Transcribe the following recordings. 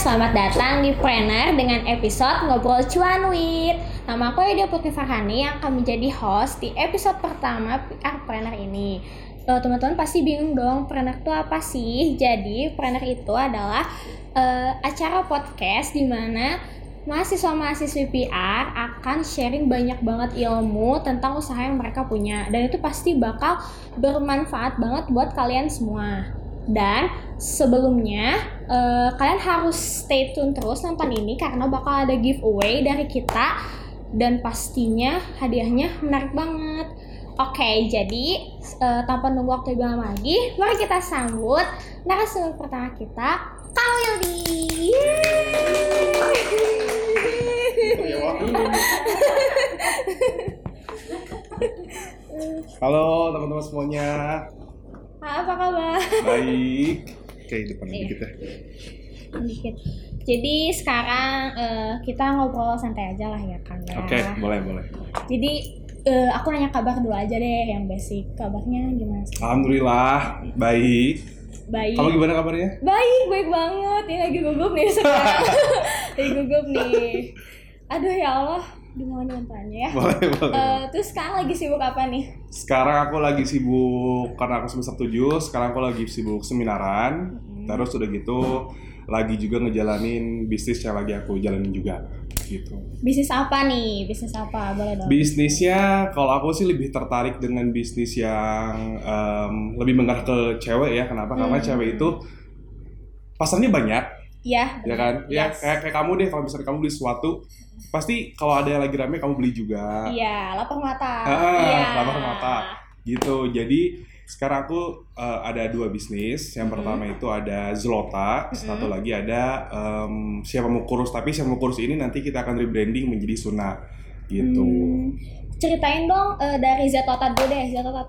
selamat datang di Planner dengan episode Ngobrol Cuanwit. Nama aku Edia Putri Farhani yang akan menjadi host di episode pertama PR Planner ini. Teman-teman pasti bingung dong, Planner itu apa sih? Jadi Planner itu adalah acara podcast di mana mahasiswa-mahasiswi PR akan sharing banyak banget ilmu tentang usaha yang mereka punya. Dan itu pasti bakal bermanfaat banget buat kalian semua. Dan sebelumnya kalian harus stay tune terus nonton ini karena bakal ada giveaway dari kita dan pastinya hadiahnya menarik banget. Oke, jadi tanpa nunggu waktu lebih lama lagi, mari kita sambut narasumber pertama kita, Kak Wildy. Halo teman-teman semuanya. Apa kabar? Baik. Oke, depan dikit ya. Dikit. Jadi sekarang kita ngobrol santai aja lah ya kan ya. Oke, boleh. Jadi aku nanya kabar dulu aja deh yang basic. Kabarnya gimana sih? Alhamdulillah, baik. Baik. Kamu gimana kabarnya? Baik banget. Ini lagi gugup nih sekarang. Lagi gugup nih. Aduh ya Allah, gimana tanya ya? Boleh. Terus sekarang lagi sibuk apa nih? Sekarang aku lagi sibuk karena aku semester 7. Sekarang aku lagi sibuk seminaran. Terus udah gitu lagi juga ngejalanin bisnis yang lagi aku jalanin juga gitu. Bisnis apa nih? Bisnis apa? Boleh dong. Bisnisnya kalau aku sih lebih tertarik dengan bisnis yang lebih mengarah ke cewek ya. Kenapa? Karena cewek itu pasarnya banyak. Iya. Ya kan? Yes. Ya kayak kamu deh, kalau misalnya kamu beli sesuatu, pasti kalau ada yang lagi rame kamu beli juga. Iya, lapar mata. Lapar mata. Gitu. Jadi sekarang aku ada 2 bisnis. Yang pertama itu ada Zlota, satu lagi ada Siapa Mau Kurus. Tapi Siapa Mau Kurus ini nanti kita akan rebranding menjadi Suna. Gitu. Ceritain dong dari Zlota dulu deh. Zlota.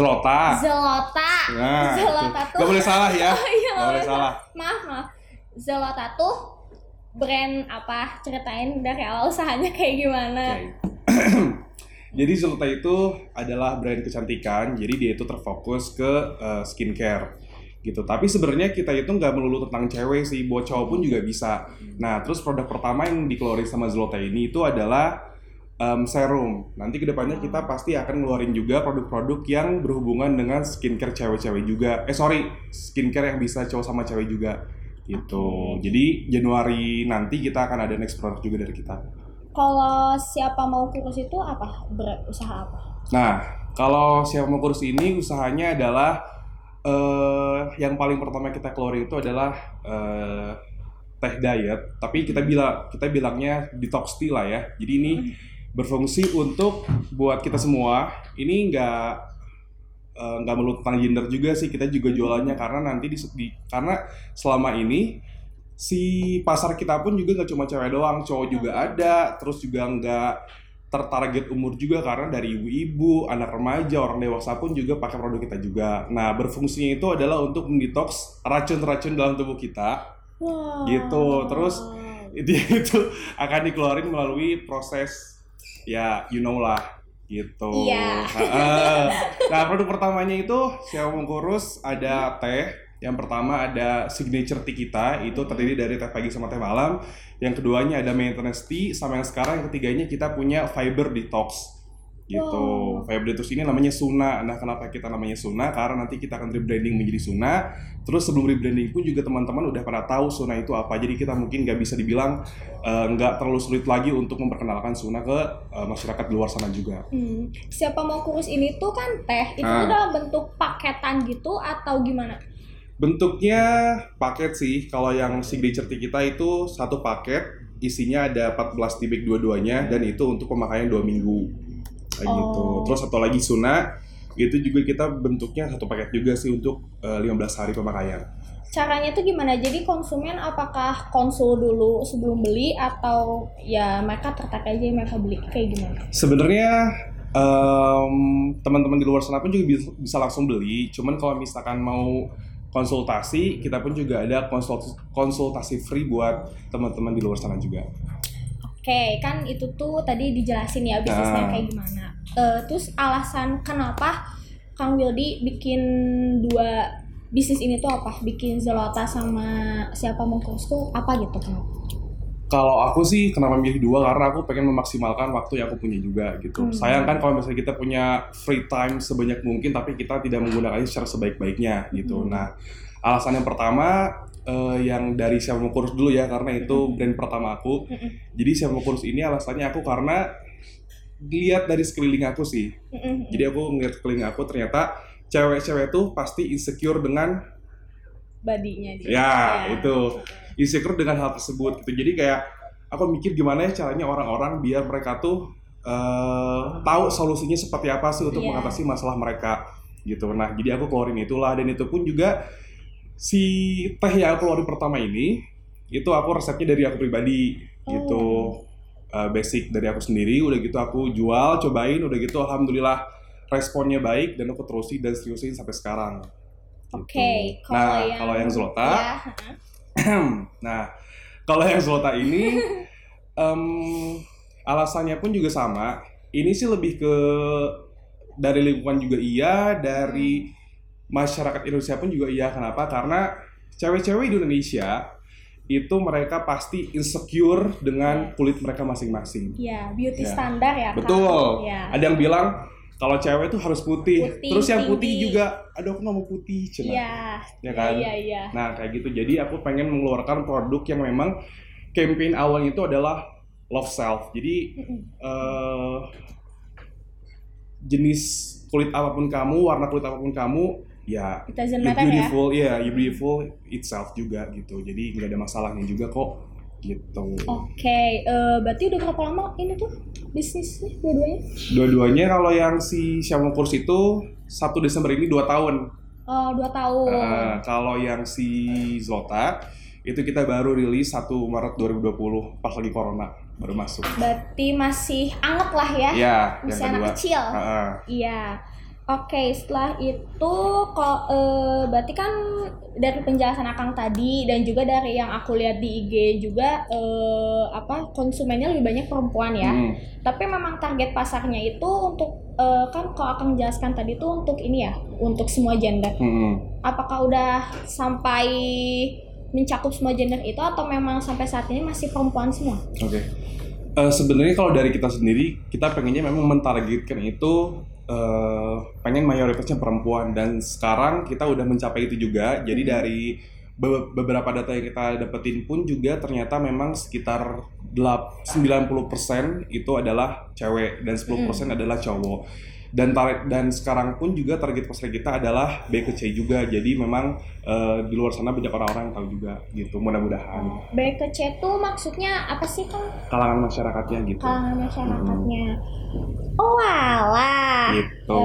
Nah, Zlota tuh. Gak boleh salah ya. Iya, Gak boleh salah. Maaf. Zlota tuh brand apa? Ceritain dari awal usahanya kayak gimana. Okay. Jadi Zlota itu adalah brand kecantikan. Jadi dia itu terfokus ke skincare gitu. Tapi sebenarnya kita itu nggak melulu tentang cewek sih, buat cowok pun juga bisa. Nah, terus produk pertama yang dikeluarin sama Zlota ini itu adalah serum. Nanti kedepannya kita pasti akan ngeluarin juga produk-produk yang berhubungan dengan skincare cewek-cewek juga. Skincare yang bisa cowok sama cewek juga gitu. Jadi Januari nanti kita akan ada next produk juga dari kita. Kalau Siapa Mau Kurus itu apa? Usaha apa? Nah, kalau Siapa Mau Kurus ini usahanya adalah yang paling pertama kita keluarin itu adalah teh diet, tapi kita bilangnya detox tea lah ya. Jadi ini berfungsi untuk buat kita semua. Ini nggak melulu tentang gender juga sih, kita juga jualannya karena nanti karena selama ini si pasar kita pun juga nggak cuma cewek doang, cowok juga ada, terus juga nggak tertarget umur juga karena dari ibu-ibu, anak remaja, orang dewasa pun juga pakai produk kita juga. Nah, berfungsinya itu adalah untuk mendetoks racun-racun dalam tubuh kita. Wow. Gitu. Terus itu akan dikeluarin melalui proses ya you know lah gitu. Iya. Nah, produk pertamanya itu Siapa Mau Kurus ada teh. Yang pertama ada signature tea kita, itu terdiri dari teh pagi sama teh malam. Yang keduanya ada maintenance tea, sama yang sekarang yang ketiganya kita punya fiber detox. Gitu. Wow. Fiber detox ini namanya Suna. Nah, kenapa kita namanya Suna? Karena nanti kita akan rebranding menjadi Suna. Terus sebelum rebranding pun juga teman-teman udah pada tahu Suna itu apa. Jadi kita mungkin nggak bisa dibilang nggak terlalu sulit lagi untuk memperkenalkan Suna ke masyarakat di luar sana juga. Siapa Mau Kurus ini tuh kan teh, itu tuh dalam bentuk paketan gitu atau gimana? Bentuknya paket sih. Kalau yang signature tea kita itu satu paket, isinya ada 14 tea bag dua-duanya, dan itu untuk pemakaian 2 minggu. Kayak gitu. Terus satu lagi Suna, itu juga kita bentuknya satu paket juga sih untuk 15 hari pemakaian. Caranya tuh gimana? Jadi konsumen apakah konsul dulu sebelum beli atau ya mereka tertarik aja mereka beli, kayak gimana? Sebenarnya teman-teman di luar sana pun juga bisa langsung beli. Cuman kalau misalkan mau konsultasi, kita pun juga ada konsultasi free buat teman-teman di luar sana juga. Oke, kan itu tuh tadi dijelasin ya bisnisnya kayak gimana. Terus alasan kenapa Kang Wildy bikin 2 bisnis ini tuh apa? Bikin Zelota sama siapa mau kurus tuh apa gitu kenapa? Kalau aku sih kenapa milih dua, karena aku pengen memaksimalkan waktu yang aku punya juga gitu. Sayang kan kalau misalnya kita punya free time sebanyak mungkin tapi kita tidak menggunakannya secara sebaik-baiknya gitu. Nah, alasan yang pertama yang dari Siapa Mau Kurus dulu ya, karena itu brand pertama aku. Jadi Siapa Mau Kurus ini alasannya aku karena lihat dari sekeliling aku sih. Jadi aku ngeliat sekeliling aku, ternyata cewek-cewek tuh pasti insecure dengan Badinya dia. ya itu insecure dengan hal tersebut gitu. Jadi kayak aku mikir gimana ya caranya orang-orang biar mereka tuh tahu solusinya seperti apa sih untuk mengatasi masalah mereka gitu. Nah, jadi aku keluarin itulah, dan itu pun juga si teh yang aku keluarin pertama ini itu aku resepnya dari aku pribadi gitu. Basic dari aku sendiri, udah gitu aku jual, cobain, udah gitu alhamdulillah responnya baik dan aku terusin dan seriusin sampai sekarang. Oke, Gitu. Nah, kalau yang Zelota, nah kalau yang Zelota ini alasannya pun juga sama. Ini sih lebih ke dari lingkungan juga iya, dari masyarakat Indonesia pun juga iya. Kenapa? Karena cewek-cewek di Indonesia itu mereka pasti insecure dengan kulit mereka masing-masing. Iya, beauty standar ya. Betul. Ya. Ada yang bilang kalau cewek tuh harus putih. Terus yang putih tinggi. juga, aduh aku nggak mau putih, cina. Ya kan? Iya. Nah kayak gitu. Jadi aku pengen mengeluarkan produk yang memang campaign awalnya itu adalah love self. Jadi jenis kulit apapun kamu, warna kulit apapun kamu, ya It you beautiful, you beautiful itself juga gitu. Jadi nggak ada masalahnya juga kok. Gitu. Oke, berarti udah berapa lama ini tuh bisnisnya dua-duanya? Dua-duanya kalau yang si Siapa Mau Kurus itu 1 Desember ini 2 tahun. Oh, 2 tahun. Kalau yang si Zelota itu kita baru rilis 1 Maret 2020 pas lagi corona baru masuk. Berarti masih anget lah ya? Iya, masih yang kedua. anak kecil. Iya. Oke, setelah itu kok berarti kan dari penjelasan Akang tadi dan juga dari yang aku lihat di IG juga konsumennya lebih banyak perempuan ya. Tapi memang target pasarnya itu untuk kan kalau Akang jelaskan tadi itu untuk ini ya, untuk semua gender. Apakah udah sampai mencakup semua gender itu atau memang sampai saat ini masih perempuan semua? Oke. Sebenarnya kalau dari kita sendiri, kita pengennya memang mentargetkan itu pengen mayoritasnya perempuan, dan sekarang kita udah mencapai itu juga. Jadi dari beberapa data yang kita dapetin pun juga ternyata memang sekitar 90% itu adalah cewek dan 10% adalah cowok. Dan sekarang pun juga target pasar kita adalah B ke C juga. Jadi memang di luar sana banyak orang-orang yang tahu juga gitu, mudah-mudahan. B ke C itu maksudnya apa sih, Kang? Kalangan masyarakatnya gitu. Kalangan masyarakatnya. Oh alah. Gitu.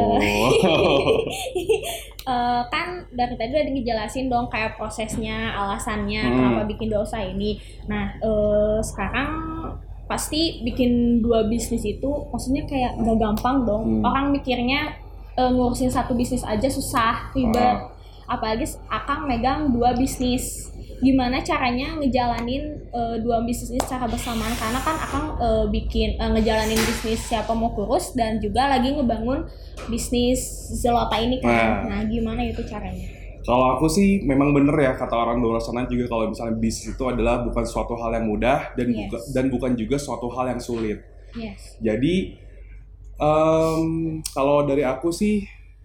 Kan dari tadi udah dijelasin dong kayak prosesnya, alasannya kenapa bikin dosa ini. Nah, sekarang pasti bikin 2 bisnis itu maksudnya kayak gak gampang dong. Orang mikirnya ngurusin 1 bisnis aja susah, ribet. Apalagi Akang megang 2 bisnis. Gimana caranya ngejalanin 2 bisnis ini secara bersamaan, karena kan Akang ngejalanin bisnis Siapa Mau Kurus dan juga lagi ngebangun bisnis Zelota ini kan. Nah, gimana itu caranya? Kalau aku sih memang bener ya kata orang di luar sana juga, kalau misalnya bisnis itu adalah bukan suatu hal yang mudah dan bukan juga suatu hal yang sulit. Jadi kalau dari aku sih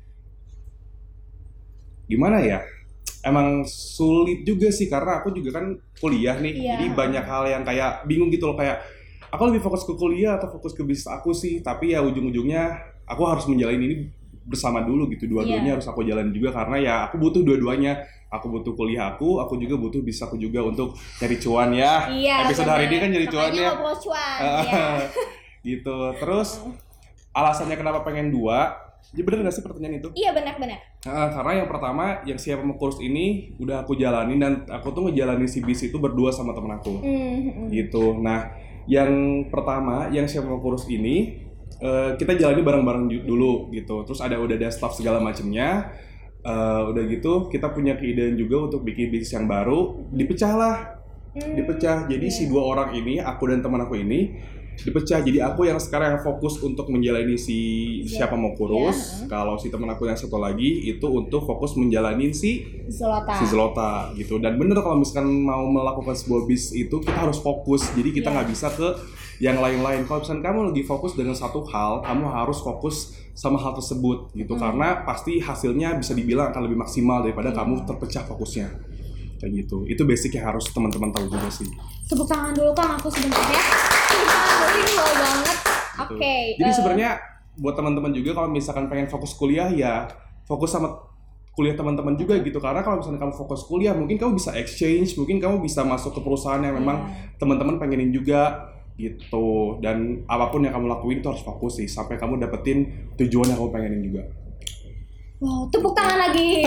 gimana ya? Emang sulit juga sih, karena aku juga kan kuliah nih. Jadi banyak hal yang kayak bingung gitu loh, kayak aku lebih fokus ke kuliah atau fokus ke bisnis aku sih. Tapi ya ujung-ujungnya aku harus menjalani ini bersama dulu gitu. Dua-duanya harus aku jalan juga, karena ya aku butuh dua-duanya. Aku butuh kuliah aku juga butuh bisnis aku juga untuk cari cuan ya. Episode hari ini kan nyari cuan ya. Ngobrol cuan. Gitu. Terus alasannya kenapa pengen 2? Ya bener gak sih pertanyaan itu? Iya benar. Karena yang pertama, yang Siapa Mau Kurus ini udah aku jalanin, dan aku tuh ngejalanin si bis itu berdua sama temen aku. Gitu. Nah, yang pertama, yang Siapa Mau Kurus ini kita jalani bareng-bareng dulu gitu. Terus udah ada staff segala macemnya. Udah gitu kita punya keidean juga untuk bikin bisnis yang baru. Dipecah. Jadi si 2 orang ini, aku dan teman aku ini, dipecah. Jadi aku yang sekarang yang fokus untuk menjalani si siapa mau kurus. Kalau si teman aku yang satu lagi itu untuk fokus menjalani si Zlota gitu. Dan bener kalau misalkan mau melakukan sebuah bis itu kita harus fokus. Jadi kita nggak bisa ke yang lain-lain. Kalau misalkan kamu lagi fokus dengan satu hal, kamu harus fokus sama hal tersebut gitu. Karena pasti hasilnya bisa dibilang akan lebih maksimal daripada kamu terpecah fokusnya. Kayak gitu. Itu basic yang harus teman-teman tahu juga sih. Tepuk tangan dulu Kang, aku sebentar ya. Ini low banget. Oke. Jadi sebenarnya buat teman-teman juga kalau misalkan pengen fokus kuliah ya fokus sama kuliah teman-teman juga gitu. Karena kalau misalnya kamu fokus kuliah mungkin kamu bisa exchange, mungkin kamu bisa masuk ke perusahaan yang memang teman-teman pengenin juga gitu. Dan apapun yang kamu lakuin itu harus fokus sih sampai kamu dapetin tujuan yang kamu pengenin juga. Wow, tepuk tangan lagi.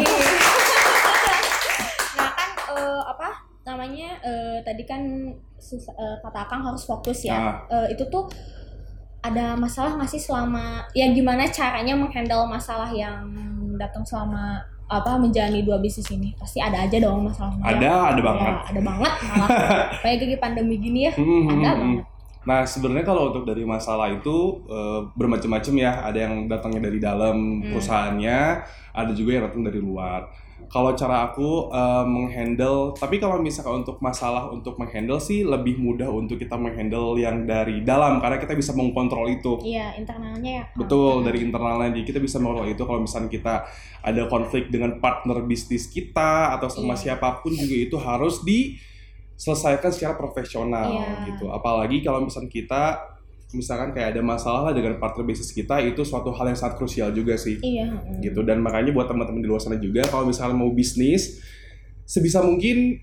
Nah kan namanya tadi kan kata Akang harus fokus ya. Itu tuh ada masalah nggak sih selama ya gimana caranya menghandle masalah yang datang selama menjalani 2 bisnis ini? Pasti ada aja dong masalahnya. Ada banget. Ya, ada banget malah. Kayak gini pandemi gini ya. Ada banget. Nah sebenarnya kalau untuk dari masalah itu bermacam-macam ya. Ada yang datangnya dari dalam perusahaannya, ada juga yang datang dari luar. Kalau cara aku menghandle, tapi kalau misalkan untuk masalah untuk menghandle sih lebih mudah untuk kita menghandle yang dari dalam karena kita bisa mengkontrol itu. Iya, internalnya ya. Betul, dari internalnya jadi kita bisa mengontrol itu. Kalau misalnya kita ada konflik dengan partner bisnis kita atau sama siapapun juga itu harus diselesaikan secara profesional gitu. Apalagi kalau misalnya kita misalkan kayak ada masalah lah dengan partner bisnis kita, itu suatu hal yang sangat krusial juga sih. Gitu. Dan makanya buat teman-teman di luar sana juga kalau misalnya mau bisnis sebisa mungkin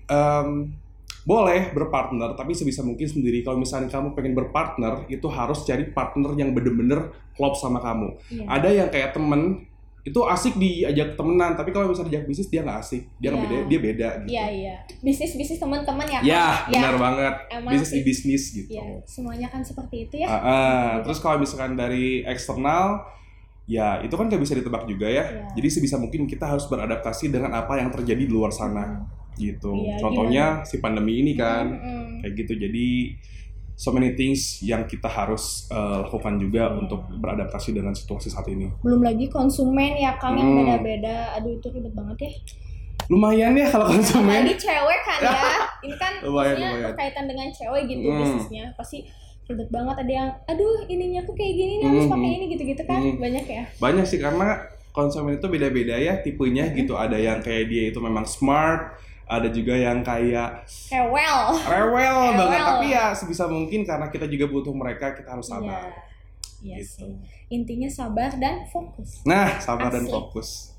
boleh berpartner tapi sebisa mungkin sendiri. Kalau misalnya kamu pengen berpartner itu harus cari partner yang bener-bener klop sama kamu. Ada yang kayak temen itu asik diajak temenan, tapi kalau misalnya diajak bisnis dia nggak asik, dia beda gitu. Iya. Bisnis teman-teman ya. Ya, benar banget. Bisnis di bisnis gitu. Iya, semuanya kan seperti itu ya. Terus kalau misalkan dari eksternal, ya itu kan nggak bisa ditebak juga ya. Jadi sebisa mungkin kita harus beradaptasi dengan apa yang terjadi di luar sana, gitu. Contohnya si pandemi ini kan, kayak gitu. Jadi so many things yang kita harus lakukan juga untuk beradaptasi dengan situasi saat ini. Belum lagi konsumen ya Kang yang beda-beda. Aduh itu ribet banget ya. Lumayan ya kalau konsumen. Lagi cewek kan ya. Ini kan maksudnya berkaitan dengan cewek gitu bisnisnya. Pasti ribet banget, ada yang aduh ininya aku kayak gini nih harus pakai ini gitu-gitu kan. Banyak ya. Banyak sih karena konsumen itu beda-beda ya tipenya gitu. Ada yang kayak dia itu memang smart, ada juga yang kayak rewel banget, tapi ya sebisa mungkin karena kita juga butuh mereka, kita harus sabar. Iya gitu. Sih. Intinya sabar dan fokus. Nah, sabar dan fokus.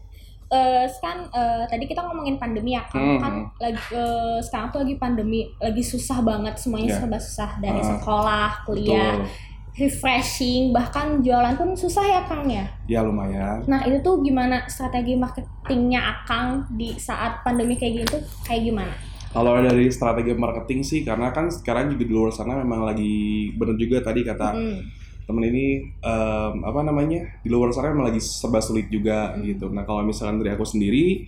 Tadi kita ngomongin pandemi ya kan lagi sekarang tuh lagi pandemi, lagi susah banget semuanya serba susah dari sekolah, kuliah. Betul. Refreshing, bahkan jualan pun susah ya Kang ya? Ya lumayan. Nah itu tuh gimana strategi marketingnya Akang di saat pandemi kayak gini tuh kayak gimana? Kalau dari strategi marketing sih, karena kan sekarang juga di luar sana memang lagi bener juga tadi kata temen ini di luar sana memang lagi serba sulit juga gitu. Nah kalau misalkan dari aku sendiri,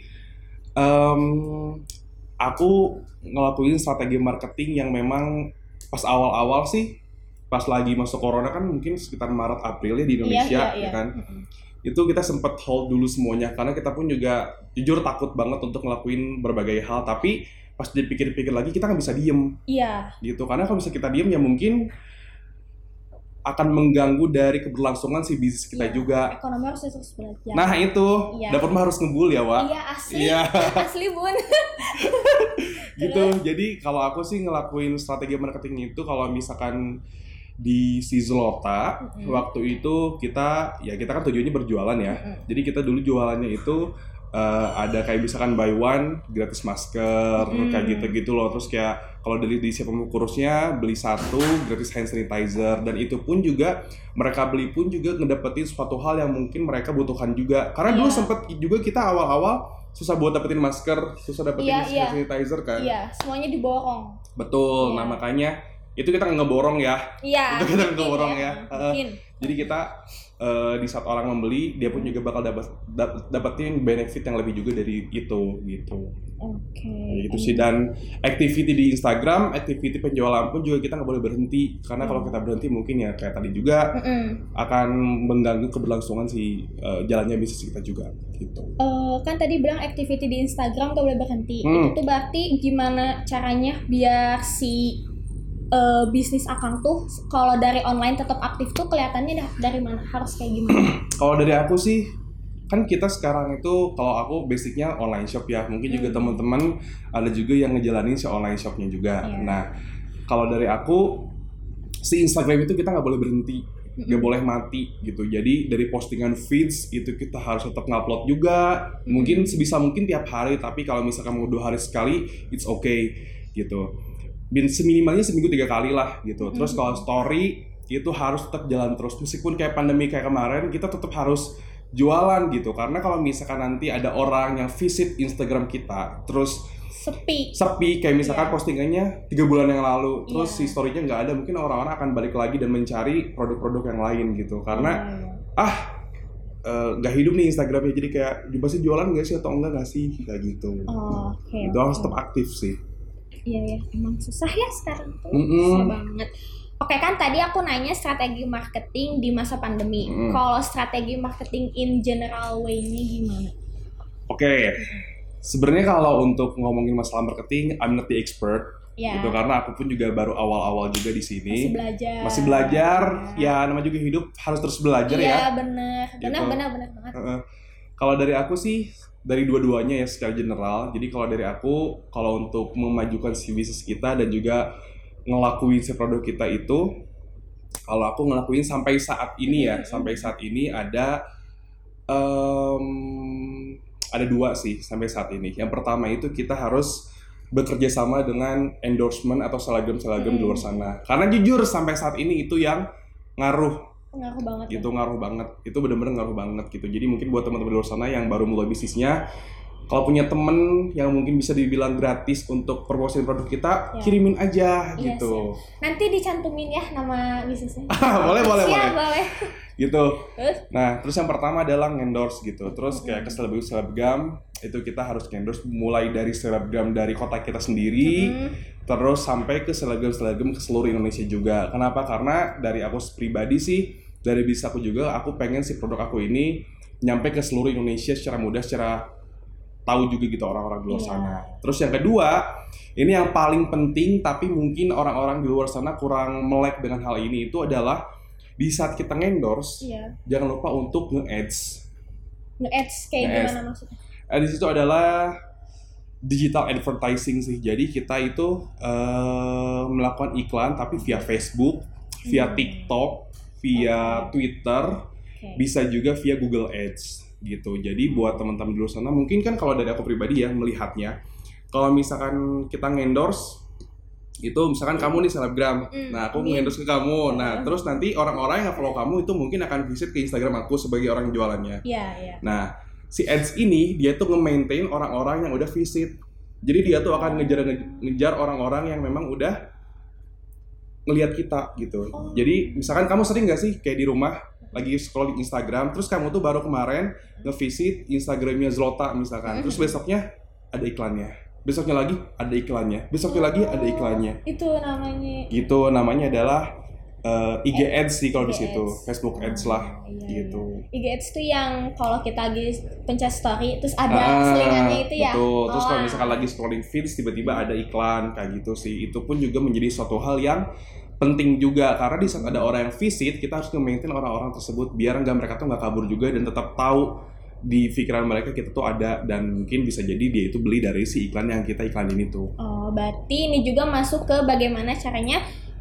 aku ngelakuin strategi marketing yang memang pas awal-awal sih. Pas lagi masuk corona kan mungkin sekitar Maret April ya di Indonesia ya kan. Itu kita sempat hold dulu semuanya karena kita pun juga jujur takut banget untuk ngelakuin berbagai hal, tapi pas dipikir-pikir lagi kita nggak bisa diem. Gitu karena kalau bisa kita diem ya mungkin akan mengganggu dari keberlangsungan si bisnis kita juga. Ekonomi harus terus belajar. Nah itu, dapur mah harus ngebul ya Wak. Iya asli. Asli bun. Gitu. Jadi kalau aku sih ngelakuin strategi marketing itu kalau misalkan di si Zlota waktu itu kita kan tujuannya berjualan ya. Jadi kita dulu jualannya itu ada kayak misalkan buy one gratis masker kayak gitu loh. Terus kayak kalau dari di siapa mau kurusnya beli 1 gratis hand sanitizer, dan itu pun juga mereka beli pun juga ngedapetin suatu hal yang mungkin mereka butuhkan juga. Karena dulu sempet juga kita awal-awal susah buat dapetin masker, susah dapetin hand sanitizer kan. Iya, semuanya diborong. Betul. Nah makanya itu kita ngeborong ya. Iya. Itu kita ngeborong ya. Jadi kita di saat orang membeli dia pun juga bakal dapetin benefit yang lebih juga dari itu gitu. Gitu sih. Dan activity di Instagram, activity penjualan pun juga kita nggak boleh berhenti, karena kalau kita berhenti mungkin ya kayak tadi juga akan mengganggu keberlangsungan si jalannya bisnis kita juga gitu. Kan tadi bilang activity di Instagram nggak boleh berhenti. Itu tuh berarti gimana caranya biar si bisnis akang tuh kalau dari online tetap aktif tuh kelihatannya dari mana, harus kayak gimana? Kalau dari aku sih, kan kita sekarang itu, kalau aku basicnya online shop ya, mungkin juga teman-teman ada juga yang ngejalanin si online shopnya juga. Nah, kalau dari aku, si Instagram itu kita nggak boleh berhenti, nggak boleh mati gitu. Jadi dari postingan feeds itu kita harus tetap ngupload juga, mungkin sebisa mungkin tiap hari, tapi kalau misalkan mau 2 hari sekali, it's okay gitu. Seminimalnya seminggu 3 kali lah gitu. Terus kalau story itu harus tetap jalan terus, meskipun kayak pandemi kayak kemarin, kita tetap harus jualan gitu. Karena kalau misalkan nanti ada orang yang visit Instagram kita terus sepi kayak misalkan postingannya 3 bulan yang lalu, terus si story-nya nggak ada, mungkin orang-orang akan balik lagi dan mencari produk-produk yang lain gitu. Karena nggak hidup nih Instagramnya, jadi kayak pasti jualan nggak sih atau enggak sih kayak gitu. Itu harus tetap aktif sih. Iya, emang susah ya sekarang tuh. Susah banget. Oke, kan tadi aku nanya strategi marketing di masa pandemi. Kalau strategi marketing in general way-nya gimana? Oke. Sebenarnya kalau untuk ngomongin masalah marketing, I'm not the expert. Gitu, karena aku pun juga baru awal-awal juga di sini. Masih belajar. Ya, namanya juga hidup harus terus belajar ya. Iya, benar banget. Kalau dari aku sih, dari dua-duanya ya secara general. Jadi kalau dari aku, kalau untuk memajukan si bisnis kita dan juga ngelakuin si produk kita itu, kalau aku ngelakuin sampai saat ini ya, sampai saat ini ada 2 sih sampai saat ini. Yang pertama itu kita harus bekerja sama dengan endorsement atau selebgram di luar sana. Karena jujur sampai saat ini itu yang ngaruh banget. Ngaruh banget. Itu benar-benar ngaruh banget gitu. Jadi mungkin buat teman-teman di luar sana yang baru mulai bisnisnya, kalau punya temen yang mungkin bisa dibilang gratis untuk promosiin produk kita, kirimin aja gitu. Nanti dicantumin ya nama bisnisnya. boleh. Boleh. Gitu. Nah, terus yang pertama adalah endorse gitu. Terus kayak ke selebgram itu kita harus endorse mulai dari selebgram dari kota kita sendiri, terus sampai ke selebgram ke seluruh Indonesia juga. Kenapa? Karena dari aku pribadi sih, dari bisnis aku juga, aku pengen si produk aku ini nyampe ke seluruh Indonesia secara mudah, secara tahu juga gitu orang-orang di luar sana. Terus yang kedua, ini yang paling penting tapi mungkin orang-orang di luar sana kurang melek dengan hal ini, itu adalah di saat kita nge-endorse, jangan lupa untuk nge-ads. Nge-ads kayak gimana maksudnya? Di situ adalah digital advertising sih. Jadi kita itu melakukan iklan tapi via Facebook, via TikTok, via Twitter, bisa juga via Google Ads gitu. Jadi buat teman-teman di luar sana, mungkin kan kalau dari aku pribadi ya melihatnya, kalau misalkan kita nge-endorse itu misalkan kamu nih selebgram, nah aku nge-endorse ke kamu, nah terus nanti orang-orang yang follow kamu itu mungkin akan visit ke Instagram aku sebagai orang jualannya. Nah si ads ini dia tuh nge-maintain orang-orang yang udah visit, jadi dia tuh akan ngejar orang-orang yang memang udah ngelihat kita gitu. Jadi misalkan kamu sering nggak sih kayak di rumah lagi scrolling Instagram, terus kamu tuh baru kemarin nge-visit Instagramnya Zlota misalkan, terus besoknya ada iklannya, besoknya lagi ada iklannya, besoknya lagi ada iklannya. Itu namanya? Gitu, namanya adalah IG Ads sih kalau di situ, Facebook Ads lah, gitu. IG Ads tuh yang kalau kita lagi pencet story, terus ada selingannya itu ya? Betul, terus kalau misalkan lagi scrolling feeds, tiba-tiba ada iklan, kayak gitu sih. Itu pun juga menjadi suatu hal yang penting juga, karena di saat ada orang yang visit, kita harus nge-maintain orang-orang tersebut biar mereka tuh nggak kabur juga dan tetap tahu di pikiran mereka kita tuh ada, dan mungkin bisa jadi dia itu beli dari si iklan yang kita iklanin itu. Berarti ini juga masuk ke bagaimana caranya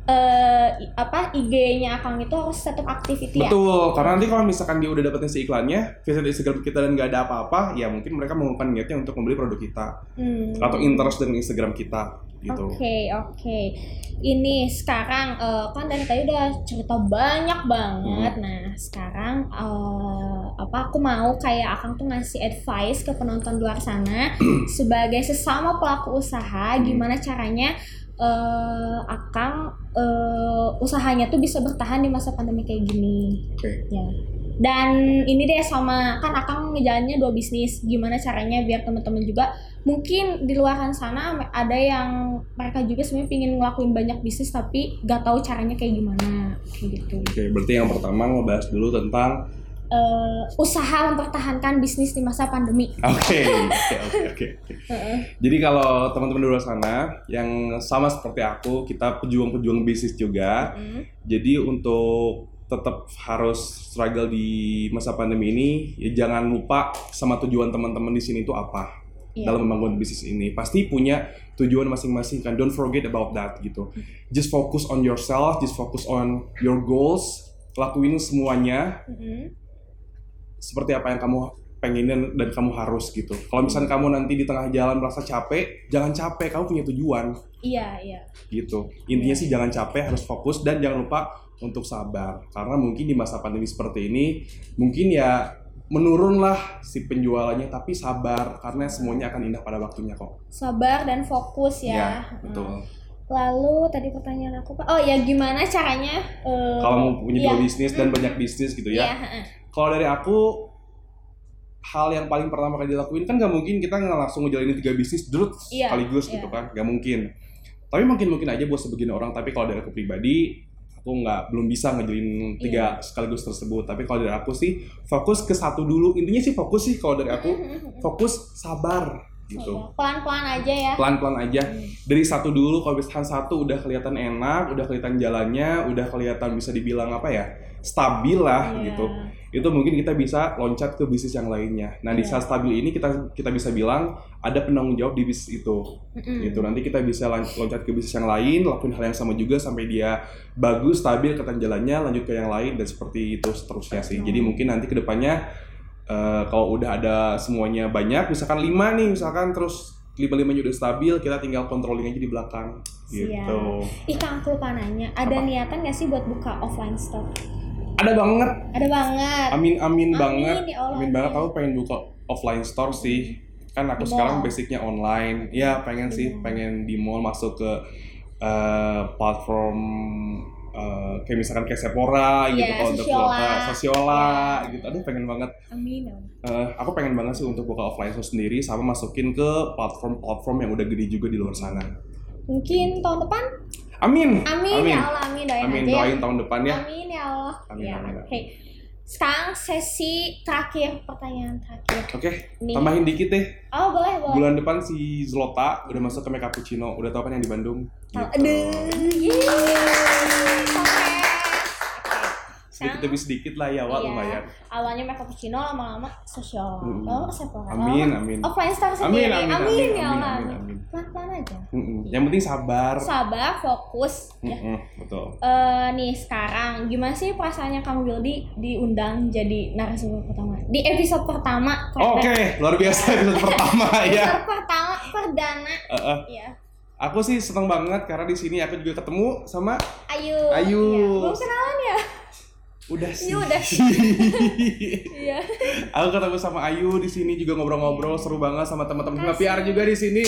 IG-nya Akang itu harus tetap aktif itu ya? Betul, karena nanti kalau misalkan dia udah dapetin si iklannya, visit Instagram kita dan nggak ada apa-apa, ya mungkin mereka mengungkapkan niatnya untuk membeli produk kita atau interest dengan Instagram kita gitu. Oke. Ini sekarang kan dari tadi udah cerita banyak banget. Nah sekarang aku mau kayak Akang tuh ngasih advice ke penonton luar sana sebagai sesama pelaku usaha, gimana caranya Akang usahanya tuh bisa bertahan di masa pandemi kayak gini. Ya. Dan ini deh sama kan Akang ngejalannya 2 bisnis. Gimana caranya biar teman-teman juga mungkin di luar sana ada yang mereka juga sebenarnya pingin ngelakuin banyak bisnis tapi gak tahu caranya kayak gimana kayak gitu. Oke, berarti yang pertama ngebahas dulu tentang usaha mempertahankan bisnis di masa pandemi. Oke. Jadi kalau teman-teman di luar sana yang sama seperti aku, kita pejuang-pejuang bisnis juga. Jadi untuk tetap harus struggle di masa pandemi ini, ya jangan lupa sama tujuan teman-teman di sini itu apa dalam membangun bisnis ini. Pasti punya tujuan masing-masing kan. Don't forget about that gitu. Just focus on yourself, just focus on your goals, lakuin semuanya. Seperti apa yang kamu pengenin dan kamu harus gitu. Kalau misalnya kamu nanti di tengah jalan merasa capek, jangan capek, kamu punya tujuan. Iya. Gitu. Intinya sih jangan capek, harus fokus dan jangan lupa untuk sabar. Karena mungkin di masa pandemi seperti ini, mungkin ya menurunlah si penjualannya, tapi sabar karena semuanya akan indah pada waktunya kok. Sabar dan fokus ya. Betul. Lalu tadi pertanyaan aku, gimana caranya kalau mau punya 2 bisnis dan banyak bisnis gitu ya. Kalau dari aku, hal yang paling pertama kali dilakuin kan gak mungkin kita langsung ngejalanin 3 bisnis sekaligus gitu kan, gak mungkin. Tapi mungkin aja buat sebagian orang, tapi kalau dari aku pribadi, aku belum bisa ngejalin 3 sekaligus tersebut. Tapi kalau dari aku sih, fokus ke satu dulu. Intinya sih fokus sih kalau dari aku, fokus sabar gitu. Pelan-pelan aja ya. Pelan-pelan aja. Dari satu dulu, kalau misalkan satu udah kelihatan enak, udah kelihatan jalannya, udah kelihatan bisa dibilang stabil lah gitu. Itu mungkin kita bisa loncat ke bisnis yang lainnya. Nah, di saat stabil ini kita bisa bilang ada penanggung jawab di bisnis itu. Gitu. Nanti kita bisa loncat ke bisnis yang lain, lakuin hal yang sama juga sampai dia bagus, stabil, kelihatan jalannya, lanjut ke yang lain dan seperti itu seterusnya sih. Jadi mungkin nanti ke depannya kalau udah ada semuanya banyak, misalkan 5 nih, terus 5-5-nya udah stabil, kita tinggal controlling aja di belakang. Gitu. Kang, aku lupa nanya, ada niatan nggak sih buat buka offline store? Ada banget. Amin banget. Ya Allah, amin banget. Aku pengen buka offline store sih. Kan aku sekarang basicnya online. Ya pengen sih, pengen di mall masuk ke platform kayak misalkan kayak Sephora gitu, kalau untuk Sosiola gitu. Aduh pengen banget. Amin. Aku pengen banget sih untuk buka offline store sendiri sama masukin ke platform yang udah gede juga di luar sana. Mungkin tahun depan? Amin. Ya Allah, amin, doain tahun depan ya. Amin ya Allah. Amin. Oke. Sekarang sesi pertanyaan terakhir. Oke, tambahin dikit deh. Oh, boleh. Bulan depan si Zlota udah masuk ke Make Cappuccino. Udah tau kan yang di Bandung? Gitu. Sedikit lah ya, lumayan. Awalnya Make Cappuccino, lama-lama Sosial. Sephora. Amin. Offline store sendiri. Amin ya Allah. Amin. Pelan-pelan aja. Yang penting sabar, fokus. Betul. Nih sekarang gimana sih perasaannya kamu Wildy diundang jadi narasumber pertama di episode pertama? Oke, luar biasa episode pertama ya. Episode pertama perdana. Iya. Aku sih seneng banget karena di sini aku juga ketemu sama Ayu. Iya. Belum kenalan ya? Udah sih. Iya. Aku ketemu sama Ayu di sini juga ngobrol-ngobrol seru banget sama teman-teman PR juga di sini.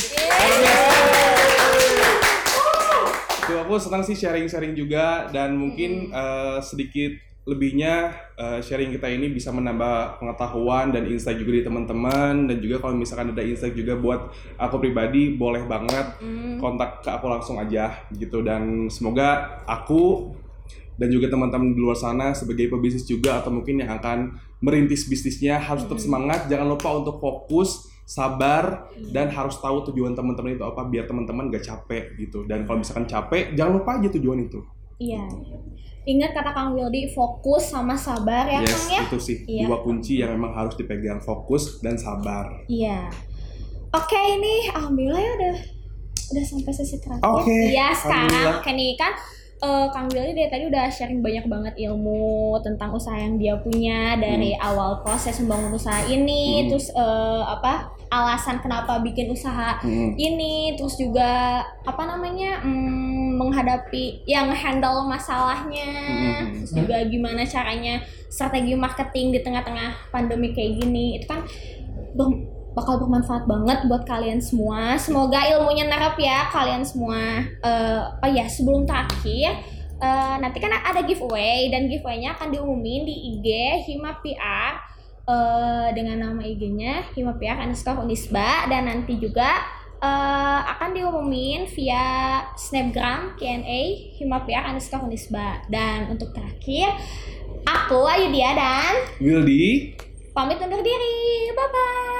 Tuh, aku senang sih sharing-sharing juga dan mungkin sedikit lebihnya sharing kita ini bisa menambah pengetahuan dan insight juga di teman-teman, dan juga kalau misalkan ada insight juga buat aku pribadi boleh banget kontak ke aku langsung aja gitu. Dan semoga aku dan juga teman-teman di luar sana sebagai pebisnis juga atau mungkin yang akan merintis bisnisnya harus tetap semangat, jangan lupa untuk fokus, sabar, dan harus tahu tujuan teman-teman itu apa biar teman-teman gak capek gitu. Dan kalau misalkan capek, jangan lupa aja tujuan itu. Iya. Ingat kata Kang Wildy, fokus sama sabar ya, Kang ya. Itu sih dua kunci yang memang harus dipegang, fokus dan sabar. Iya. Oke, ini alhamdulillah ya udah sampai sesi terakhir. Iya, sekarang nih kan Kang Wildy dari tadi udah sharing banyak banget ilmu tentang usaha yang dia punya dari awal proses membangun usaha ini, terus alasan kenapa bikin usaha ini, terus juga menghadapi yang handle masalahnya, terus juga gimana caranya strategi marketing di tengah-tengah pandemi kayak gini. Itu kan bakal bermanfaat banget buat kalian semua. Semoga ilmunya nerap ya kalian semua. Sebelum terakhir nanti kan ada giveaway dan giveaway-nya akan diumumin di IG Hima PR dengan nama IG-nya Hima PR _ Unisba, dan nanti juga akan diumumin via Snapgram Q&A Hima PR _ Unisba. Dan untuk terakhir, aku Ayudia dan Wildy pamit undur diri. Bye bye.